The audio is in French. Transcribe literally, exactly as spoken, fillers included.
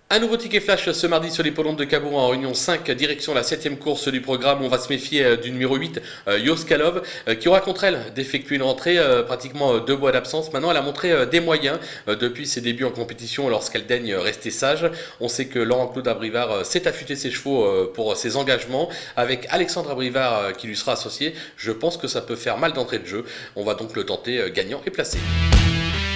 Un nouveau ticket flash ce mardi sur l'hippodrome de Cabourg en Réunion cinq, direction la septième course du programme. On va se méfier du numéro huit, Yoskalov, qui aura contre elle d'effectuer une rentrée pratiquement deux mois d'absence. Maintenant, elle a montré des moyens depuis ses débuts en compétition lorsqu'elle daigne rester sage. On sait que Laurent-Claude Abrivard sait affûter ses chevaux pour ses engagements. Avec Alexandre Abrivard qui lui sera associé, je pense que ça peut faire mal d'entrée de jeu. On va donc le tenter gagnant et placé.